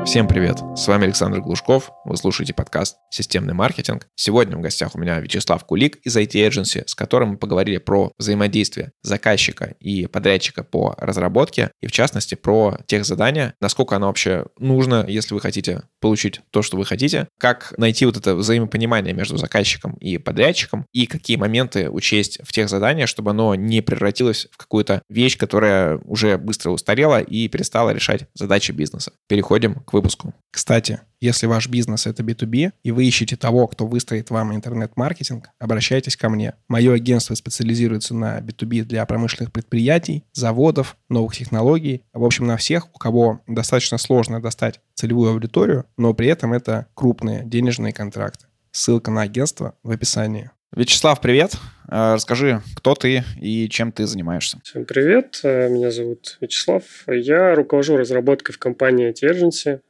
Всем привет! С вами Александр Глушков. Вы слушаете подкаст «Системный маркетинг». Сегодня в гостях у меня Вячеслав Кулик из IT Agency, с которым мы поговорили про взаимодействие заказчика и подрядчика по разработке, и в частности про техзадания, насколько оно вообще нужно, если вы хотите получить то, что вы хотите, как найти вот это взаимопонимание между заказчиком и подрядчиком, и какие моменты учесть в техзадании, чтобы оно не превратилось в какую-то вещь, которая уже быстро устарела и перестала решать задачи бизнеса. Переходим к выпуску. Кстати, если ваш бизнес — это B2B, и вы ищете того, кто выстроит вам интернет-маркетинг, обращайтесь ко мне. Мое агентство специализируется на B2B для промышленных предприятий, заводов, новых технологий. В общем, на всех, у кого достаточно сложно достать целевую аудиторию, но при этом это крупные денежные контракты. Ссылка на агентство в описании. Вячеслав, привет. Расскажи, кто ты и чем ты занимаешься. Всем привет. Меня зовут Вячеслав. Я руковожу разработкой в компании IT Agency.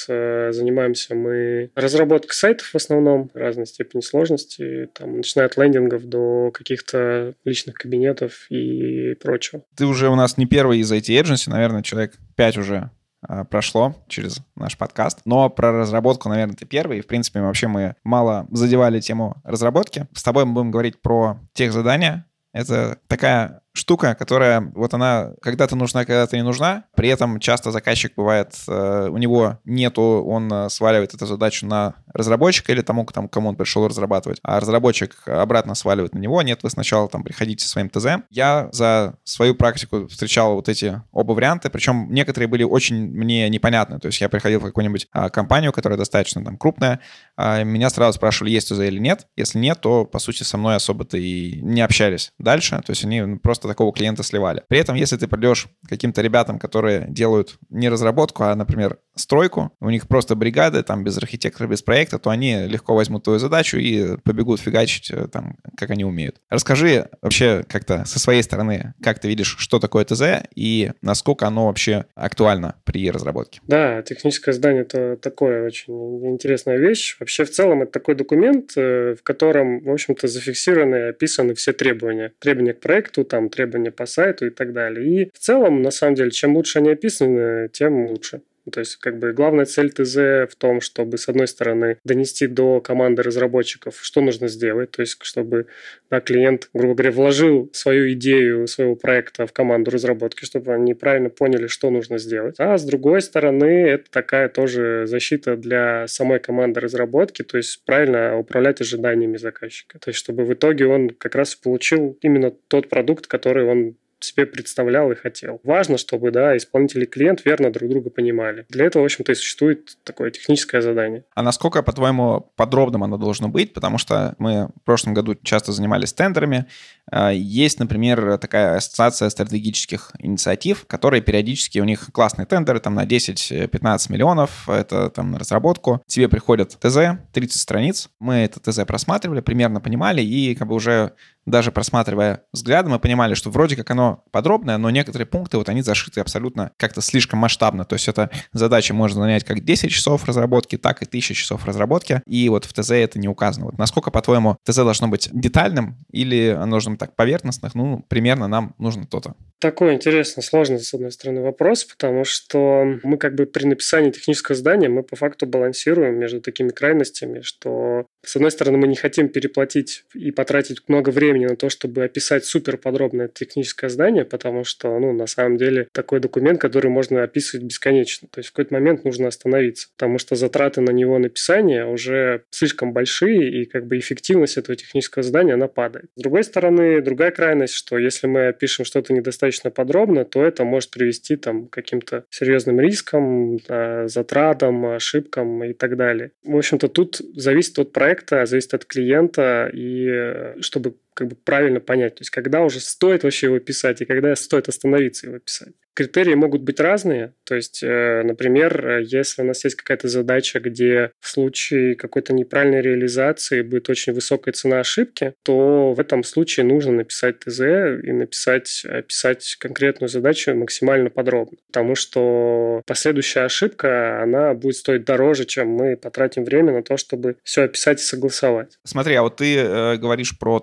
Занимаемся мы разработкой сайтов в основном, разной степени сложности, начиная от лендингов до каких-то личных кабинетов и прочего. Ты уже у нас не первый из IT Agency, наверное, человек 5 уже прошло через наш подкаст. Но про разработку, наверное, ты первый. И, в принципе, мы мало задевали тему разработки. С тобой мы будем говорить про техзадания. Это такая штука, которая вот она когда-то нужна, когда-то не нужна. При этом часто заказчик бывает, у него нету, он сваливает эту задачу на разработчика или тому, кому он пришел разрабатывать. А разработчик обратно сваливает на него. Нет, вы сначала приходите со своим ТЗ. Я за свою практику встречал вот эти оба варианта, причем некоторые были очень мне непонятны. То есть я приходил в какую-нибудь компанию, которая достаточно крупная, меня сразу спрашивали, есть ТЗ или нет. Если нет, то, по сути, со мной особо-то и не общались дальше. То есть они просто такого клиента сливали. При этом, если ты придешь к каким-то ребятам, которые делают не разработку, а, например, стройку, у них просто бригады, без архитектора, без проекта, то они легко возьмут твою задачу и побегут фигачить как они умеют. Расскажи вообще как-то со своей стороны, как ты видишь, что такое ТЗ и насколько оно вообще актуально при разработке. Да, техническое задание — это такая очень интересная вещь. Вообще, в целом, это такой документ, в котором, в общем-то, зафиксированы и описаны все требования. Требования к проекту, требования по сайту и так далее. И в целом, на самом деле, чем лучше они описаны, тем лучше. То есть, главная цель ТЗ в том, чтобы, с одной стороны, донести до команды разработчиков, что нужно сделать, то есть, чтобы клиент, грубо говоря, вложил свою идею своего проекта в команду разработки, чтобы они правильно поняли, что нужно сделать. А с другой стороны, это такая тоже защита для самой команды разработки, то есть, правильно управлять ожиданиями заказчика. То есть, чтобы в итоге он как раз получил именно тот продукт, который он себе представлял и хотел. Важно, чтобы исполнитель и клиент верно друг друга понимали. Для этого, в общем-то, и существует такое техническое задание. А насколько, по-твоему, подробным оно должно быть? Потому что мы в прошлом году часто занимались тендерами. Есть, например, такая ассоциация стратегических инициатив, которые периодически, у них классные тендеры на 10-15 миллионов, это на разработку. Тебе приходят ТЗ, 30 страниц. Мы это ТЗ просматривали, примерно понимали, и уже даже просматривая взгляды, мы понимали, что вроде как оно подробное, но некоторые пункты они зашиты абсолютно как-то слишком масштабно. То есть эта задача может занять как 10 часов разработки, так и 1000 часов разработки, и в ТЗ это не указано. Насколько, по-твоему, ТЗ должно быть детальным или оно должно быть поверхностным? Примерно нам нужно то-то. Такой интересный, сложный, с одной стороны, вопрос, потому что мы при написании технического задания мы по факту балансируем между такими крайностями, что с одной стороны мы не хотим переплатить и потратить много времени на то, чтобы описать суперподробное техническое задание, потому что, на самом деле, такой документ, который можно описывать бесконечно. То есть в какой-то момент нужно остановиться, потому что затраты на него написания уже слишком большие, и эффективность этого технического задания, она падает. С другой стороны, другая крайность, что если мы опишем что-то недостаточно подробно, то это может привести к каким-то серьезным рискам, затратам, ошибкам и так далее. В общем-то, тут зависит от проекта, зависит от клиента, и чтобы правильно понять, то есть когда уже стоит вообще его писать и когда стоит остановиться его писать. Критерии могут быть разные, то есть, например, если у нас есть какая-то задача, где в случае какой-то неправильной реализации будет очень высокая цена ошибки, то в этом случае нужно написать ТЗ и описать конкретную задачу максимально подробно, потому что последующая ошибка, она будет стоить дороже, чем мы потратим время на то, чтобы все описать и согласовать. Смотри, а вот ты говоришь про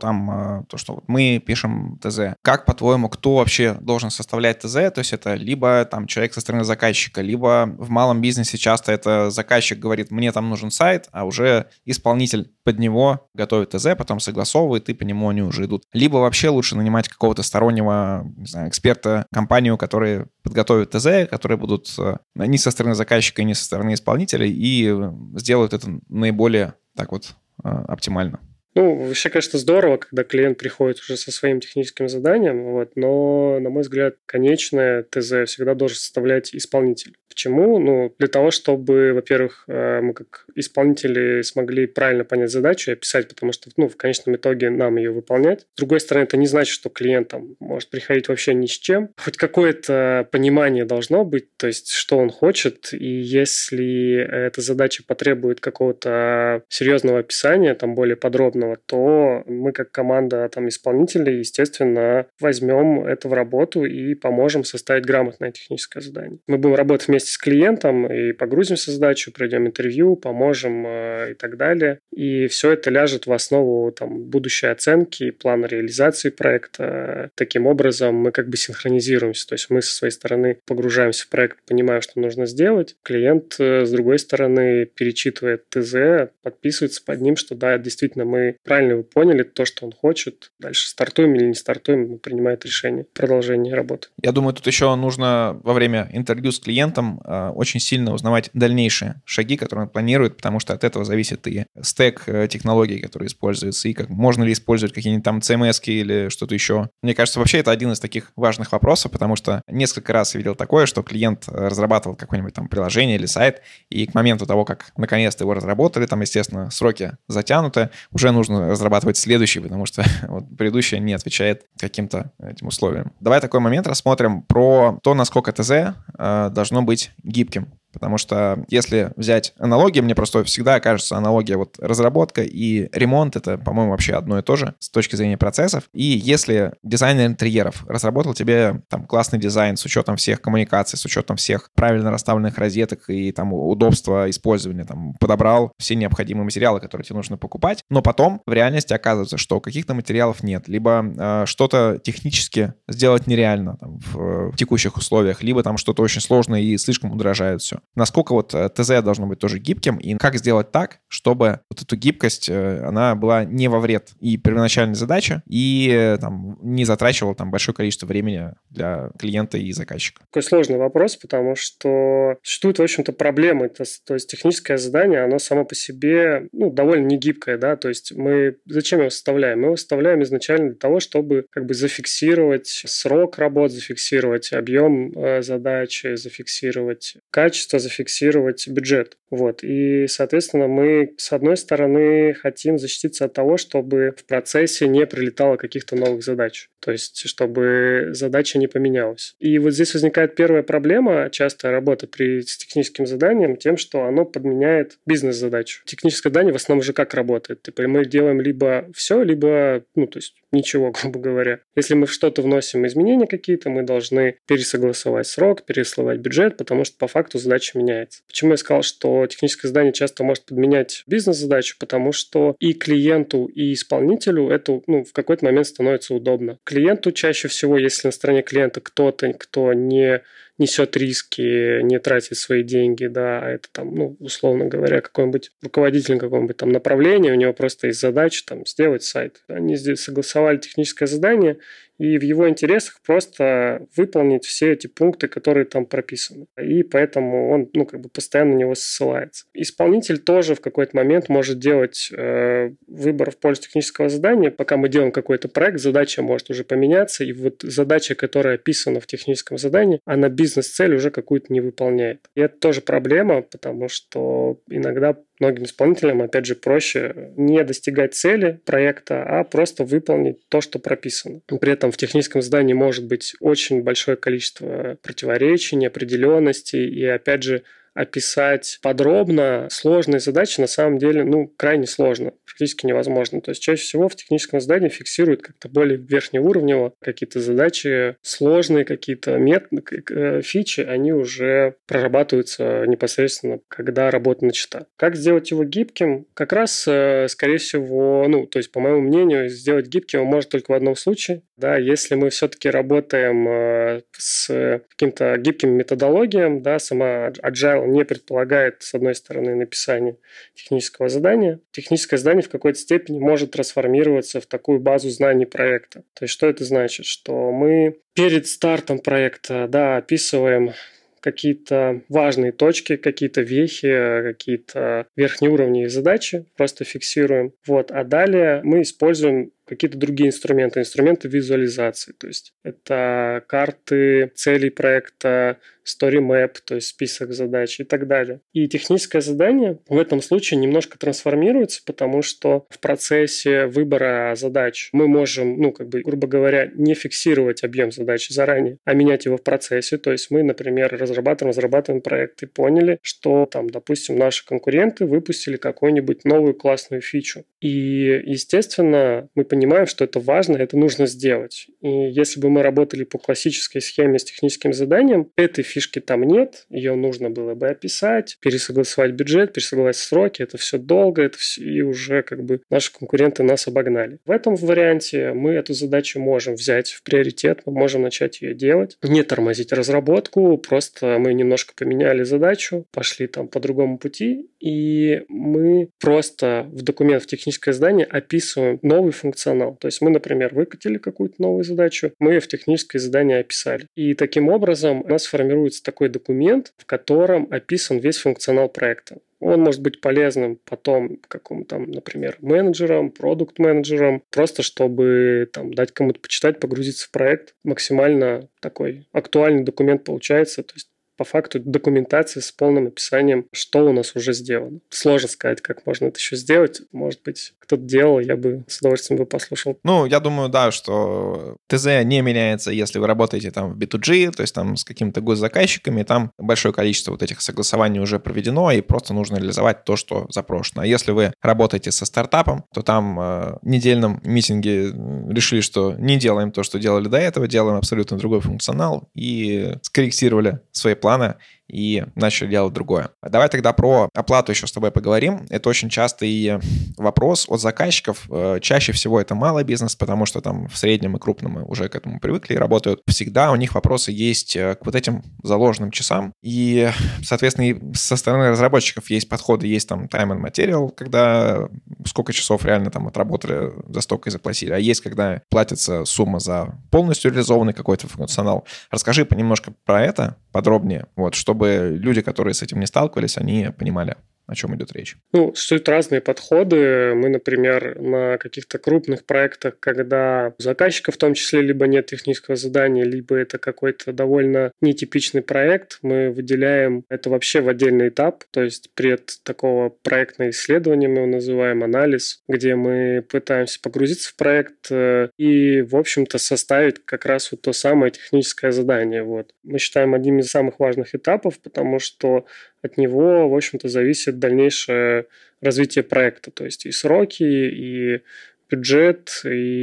то, что вот мы пишем ТЗ. Как, по-твоему, кто вообще должен составлять ТЗ? То есть это либо там человек со стороны заказчика, либо в малом бизнесе часто это заказчик говорит, мне там нужен сайт, а уже исполнитель под него готовит ТЗ, потом согласовывает, и по нему они уже идут. Либо вообще лучше нанимать какого-то стороннего, не знаю, эксперта, компанию, которые подготовят ТЗ, которые будут ни со стороны заказчика, ни со стороны исполнителя, и сделают это наиболее так вот оптимально. Ну, вообще, конечно, здорово, когда клиент приходит уже со своим техническим заданием, но, на мой взгляд, конечное ТЗ всегда должен составлять исполнитель. Почему? Ну, для того, чтобы, во-первых, мы как исполнители смогли правильно понять задачу и описать, потому что, в конечном итоге нам ее выполнять. С другой стороны, это не значит, что клиент там может приходить вообще ни с чем. Хоть какое-то понимание должно быть, то есть, что он хочет, и если эта задача потребует какого-то серьезного описания, там, более подробного, то мы как команда там исполнителей, естественно, возьмем это в работу и поможем составить грамотное техническое задание. Мы будем работать вместе с клиентом и погрузимся в задачу, пройдем интервью, поможем и так далее. И все это ляжет в основу там будущей оценки, плана реализации проекта. Таким образом, мы как бы синхронизируемся. То есть мы со своей стороны погружаемся в проект, понимаем, что нужно сделать. Клиент, с другой стороны, перечитывает ТЗ, подписывается под ним, что да, действительно, мы правильно поняли то, что он хочет. Дальше стартуем или не стартуем, принимает решение продолжения работы. Я думаю, тут еще нужно во время интервью с клиентом очень сильно узнавать дальнейшие шаги, которые он планирует, потому что от этого зависит и стек технологий, которые используются, и как можно ли использовать какие-нибудь там CMS-ки или что-то еще. Мне кажется, вообще это один из таких важных вопросов, потому что несколько раз я видел такое, что клиент разрабатывал какое-нибудь там приложение или сайт, и к моменту того, как наконец-то его разработали, там, естественно, сроки затянуты, уже нужно разрабатывать следующий, потому что вот предыдущий не отвечает каким-то этим условиям. Давай такой момент рассмотрим про то, насколько ТЗ должно быть гибким. Потому что если взять аналогию, мне просто всегда кажется аналогия вот разработка и ремонт, это, по-моему, вообще одно и то же с точки зрения процессов. И если дизайнер интерьеров разработал тебе там классный дизайн с учетом всех коммуникаций, с учетом всех правильно расставленных розеток и там удобства использования, там подобрал все необходимые материалы, которые тебе нужно покупать, но потом в реальности оказывается, что каких-то материалов нет, либо что-то технически сделать нереально там, в текущих условиях, либо там что-то очень сложное и слишком удорожает все. Насколько вот ТЗ должно быть тоже гибким, и как сделать так, чтобы вот эту гибкость, она была не во вред и первоначальной задачи, и там не затрачивала там большое количество времени для клиента и заказчика? Такой сложный вопрос, потому что существуют, в общем-то, проблемы. То есть техническое задание, оно само по себе довольно негибкое, да, то есть мы зачем его составляем? Мы его составляем изначально для того, чтобы как бы зафиксировать срок работ, зафиксировать объем задачи, зафиксировать качество, зафиксировать бюджет. Вот. И, соответственно, мы, с одной стороны, хотим защититься от того, чтобы в процессе не прилетало каких-то новых задач. То есть, чтобы задача не поменялась. И вот здесь возникает первая проблема, частая работа с техническим заданием, тем, что оно подменяет бизнес-задачу. Техническое задание в основном же как работает? Типа мы делаем либо все, либо, то есть ничего, грубо говоря. Если мы в что-то вносим изменения какие-то, мы должны пересогласовать срок, пересылать бюджет, потому что по факту задача меняется. Почему я сказал, что техническое задание часто может подменять бизнес-задачу? Потому что и клиенту, и исполнителю это в какой-то момент становится удобно. Клиенту чаще всего, если на стороне клиента кто-то, кто не несет риски, не тратит свои деньги, да, а это там, условно говоря, какой-нибудь руководитель какого-нибудь там направления, у него просто есть задача там сделать сайт. Они здесь согласовали техническое задание, и в его интересах просто выполнить все эти пункты, которые там прописаны. И поэтому он, постоянно на него ссылается. Исполнитель тоже в какой-то момент может делать выбор в пользу технического задания. Пока мы делаем какой-то проект, задача может уже поменяться, и вот задача, которая описана в техническом задании, она бизнес-цель уже какую-то не выполняет. И это тоже проблема, потому что иногда многим исполнителям, опять же, проще не достигать цели проекта, а просто выполнить то, что прописано. При этом в техническом задании может быть очень большое количество противоречий, неопределенностей, и, опять же, описать подробно сложные задачи на самом деле, крайне сложно, практически невозможно. То есть чаще всего в техническом задании фиксируют как-то более верхнеуровнево какие-то задачи, сложные какие-то фичи, они уже прорабатываются непосредственно, когда работа начата. Как сделать его гибким? Как раз, скорее всего, то есть, по моему мнению, сделать гибким его можно только в одном случае. Да, если мы все-таки работаем с каким-то гибким методологиям, да, сама Agile не предполагает, с одной стороны, написание технического задания. Техническое задание в какой-то степени может трансформироваться в такую базу знаний проекта. То есть, что это значит? Что мы перед стартом проекта, да, описываем какие-то важные точки, какие-то вехи, какие-то верхнеуровневые задачи, просто фиксируем. А далее мы используем какие-то другие инструменты визуализации. То есть это карты целей проекта, story map, то есть список задач и так далее. И техническое задание в этом случае немножко трансформируется, потому что в процессе выбора задач мы можем, грубо говоря, не фиксировать объем задач заранее, а менять его в процессе. То есть мы, например, разрабатываем проект и поняли, что допустим, наши конкуренты выпустили какую-нибудь новую классную фичу. И, естественно, мы понимаем, что это важно, это нужно сделать. И если бы мы работали по классической схеме с техническим заданием, этой фишки там нет, ее нужно было бы описать, пересогласовать бюджет, пересогласовать сроки, это все долго, и уже наши конкуренты нас обогнали. В этом варианте мы эту задачу можем взять в приоритет, мы можем начать ее делать, не тормозить разработку, просто мы немножко поменяли задачу, пошли по другому пути, и мы просто в техническое задание описываем новый функционал. То есть мы, например, выкатили какую-то новую задачу, мы ее в техническое задание описали. И таким образом у нас формируется такой документ, в котором описан весь функционал проекта. Он может быть полезным потом какому-то, например, менеджерам, продукт-менеджерам, просто чтобы дать кому-то почитать, погрузиться в проект. Максимально такой актуальный документ получается. То есть по факту документации с полным описанием, что у нас уже сделано. Сложно сказать, как можно это еще сделать. Может быть, кто-то делал, я бы с удовольствием бы послушал. Я думаю, да, что ТЗ не меняется, если вы работаете в B2G, то есть с какими-то госзаказчиками, там большое количество этих согласований уже проведено, и просто нужно реализовать то, что запрошено. А если вы работаете со стартапом, то там в недельном митинге решили, что не делаем то, что делали до этого, делаем абсолютно другой функционал, и скорректировали свои планы и начали делать другое. Давай тогда про оплату еще с тобой поговорим. Это очень частый вопрос от заказчиков. Чаще всего это малый бизнес, потому что в среднем и крупном мы уже к этому привыкли и работают. Всегда у них вопросы есть к этим заложенным часам. И, соответственно, и со стороны разработчиков есть подходы, есть time and material, когда сколько часов реально отработали, за столько и заплатили. А есть, когда платится сумма за полностью реализованный какой-то функционал. Расскажи немножко про это подробнее, чтобы люди, которые с этим не сталкивались, они понимали, о чем идет речь. Существуют разные подходы. Мы, например, на каких-то крупных проектах, когда у заказчика в том числе либо нет технического задания, либо это какой-то довольно нетипичный проект, мы выделяем это вообще в отдельный этап, то есть пред такого проектного исследования мы его называем анализ, где мы пытаемся погрузиться в проект и, в общем-то, составить как раз то самое техническое задание. Мы считаем одним из самых важных этапов, потому что от него, в общем-то, зависит дальнейшее развитие проекта, то есть и сроки, и бюджет,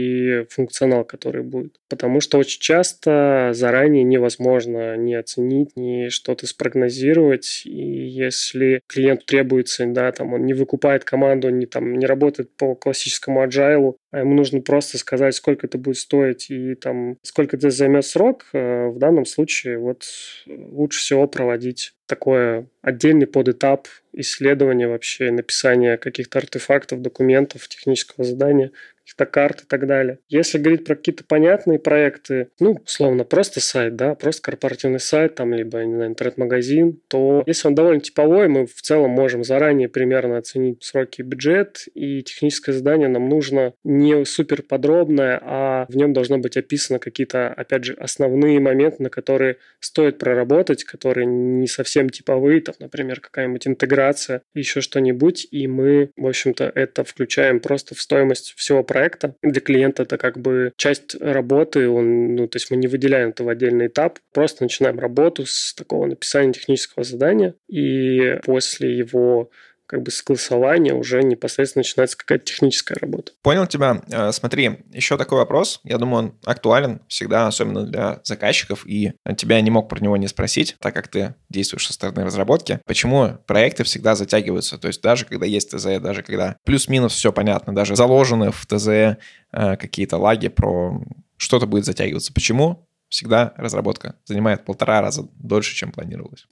и функционал, который будет. Потому что очень часто заранее невозможно ни оценить, ни что-то спрогнозировать. И если клиенту требуется, он не выкупает команду, не работает по классическому agile, а ему нужно просто сказать, сколько это будет стоить и сколько это займет срок, в данном случае лучше всего проводить такой отдельный подэтап исследования вообще, написания каких-то артефактов, документов, технического задания, каких-то карт и так далее. Если говорить про какие-то понятные проекты, условно, просто сайт, да, просто корпоративный сайт, либо, интернет-магазин, то если он довольно типовой, мы в целом можем заранее примерно оценить сроки и бюджет, и техническое задание нам нужно не супер подробное, а в нем должно быть описано какие-то, опять же, основные моменты, на которые стоит проработать, которые не совсем типовые, например, какая-нибудь интеграция, еще что-нибудь, и мы, в общем-то, это включаем просто в стоимость всего проекта. Для клиента это как бы часть работы, то есть мы не выделяем это в отдельный этап, просто начинаем работу с такого написания технического задания, и после его как бы согласования уже непосредственно начинается какая-то техническая работа. Понял тебя. Смотри, еще такой вопрос. Я думаю, он актуален всегда, особенно для заказчиков, и тебя не мог про него не спросить, так как ты действуешь со стороны разработки. Почему проекты всегда затягиваются? То есть даже когда есть ТЗ, даже когда плюс-минус все понятно, даже заложены в ТЗ какие-то лаги про что-то будет затягиваться. Почему? Всегда разработка занимает 1,5 раза дольше, чем планировалось.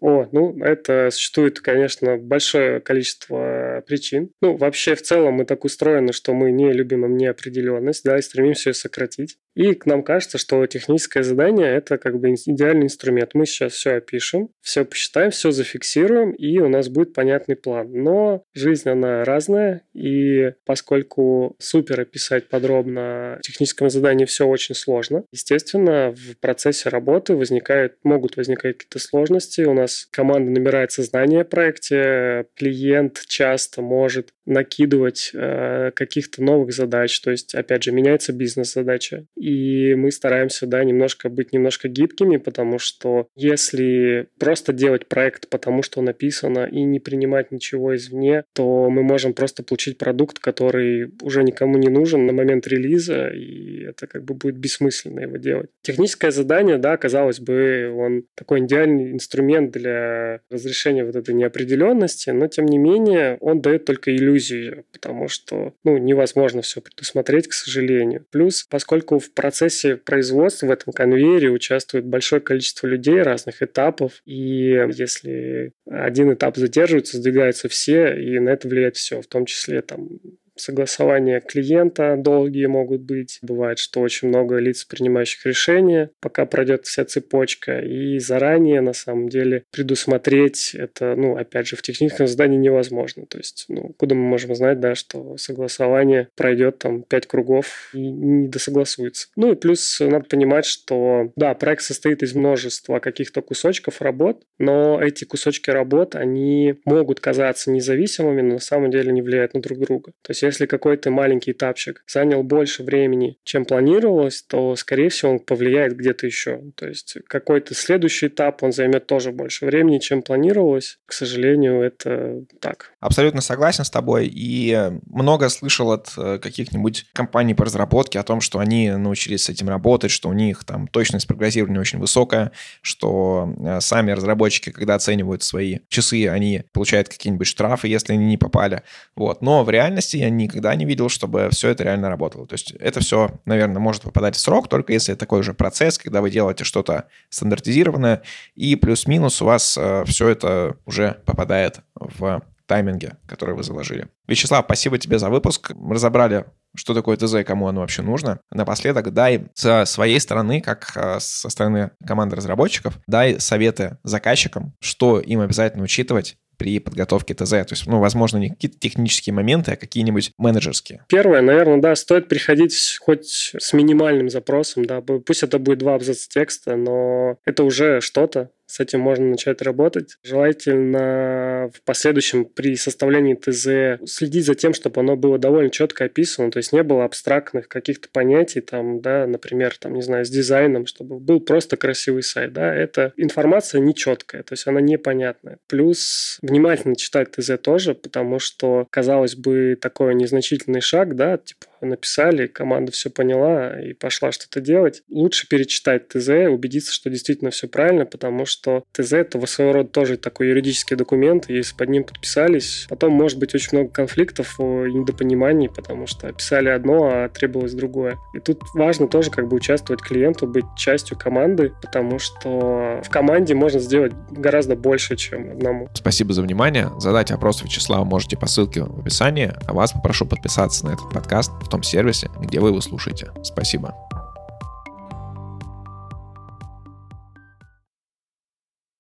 Это существует, конечно, большое количество причин. Вообще, в целом мы так устроены, что мы не любим неопределенность, и стремимся ее сократить. И нам кажется, что техническое задание – это как бы идеальный инструмент. Мы сейчас все опишем, все посчитаем, все зафиксируем, и у нас будет понятный план. Но жизнь, она разная, и поскольку супер описать подробно в техническом задании все очень сложно, естественно, в процессе работы могут возникать какие-то сложности. У нас команда набирается знания о проекте, клиент часто может накидывать каких-то новых задач, то есть, опять же, меняется бизнес-задача. И мы стараемся, быть немножко гибкими, потому что если просто делать проект, потому что написано, и не принимать ничего извне, то мы можем просто получить продукт, который уже никому не нужен на момент релиза, и это как бы будет бессмысленно его делать. Техническое задание, казалось бы, он такой идеальный инструмент для разрешения вот этой неопределенности, но тем не менее он дает только иллюзию, потому что невозможно все предусмотреть, к сожалению. Плюс, поскольку в процессе производства в этом конвейере участвует большое количество людей разных этапов, и если один этап задерживается, сдвигаются все, и на это влияет все, в том числе согласования клиента долгие могут быть. Бывает, что очень много лиц, принимающих решения, пока пройдет вся цепочка. И заранее, на самом деле, предусмотреть это, опять же, в техническом задании невозможно. То есть, куда мы можем знать, что согласование пройдет 5 кругов и не досогласуется. И плюс надо понимать, что, проект состоит из множества каких-то кусочков работ, но эти кусочки работ, они могут казаться независимыми, но на самом деле не влияют на друг друга. То есть, если какой-то маленький этапчик занял больше времени, чем планировалось, то, скорее всего, он повлияет где-то еще. То есть, какой-то следующий этап, он займет тоже больше времени, чем планировалось. К сожалению, это так. Абсолютно согласен с тобой. И много слышал от каких-нибудь компаний по разработке о том, что они научились с этим работать, что у них точность прогнозирования очень высокая, что сами разработчики, когда оценивают свои часы, они получают какие-нибудь штрафы, если они не попали. Но в реальности я никогда не видел, чтобы все это реально работало. То есть это все, наверное, может попадать в срок, только если такой же процесс, когда вы делаете что-то стандартизированное, и плюс-минус у вас все это уже попадает в тайминге, который вы заложили. Вячеслав, спасибо тебе за выпуск. Мы разобрали, что такое ТЗ и кому оно вообще нужно. Напоследок дай со своей стороны, как со стороны команды разработчиков, дай советы заказчикам, что им обязательно учитывать при подготовке ТЗ. То есть, возможно, не какие-то технические моменты, а какие-нибудь менеджерские. Первое, наверное, стоит приходить хоть с минимальным запросом, пусть это будет 2 абзаца текста, но это уже что-то. С этим можно начать работать. Желательно в последующем при составлении ТЗ следить за тем, чтобы оно было довольно четко описано, то есть не было абстрактных каких-то понятий, например, с дизайном, чтобы был просто красивый сайт. Эта информация нечеткая, то есть она непонятная. Плюс внимательно читать ТЗ тоже, потому что, казалось бы, такой незначительный шаг, написали, команда все поняла и пошла что-то делать. Лучше перечитать ТЗ, убедиться, что действительно все правильно, потому что ТЗ – это своего рода тоже такой юридический документ, и если под ним подписались, потом может быть очень много конфликтов и недопониманий, потому что описали одно, а требовалось другое. И тут важно тоже участвовать клиенту, быть частью команды, потому что в команде можно сделать гораздо больше, чем одному. Спасибо за внимание. Задать вопрос Вячеславу можете по ссылке в описании, а вас попрошу подписаться на этот подкаст в том сервисе, где вы его слушаете. Спасибо.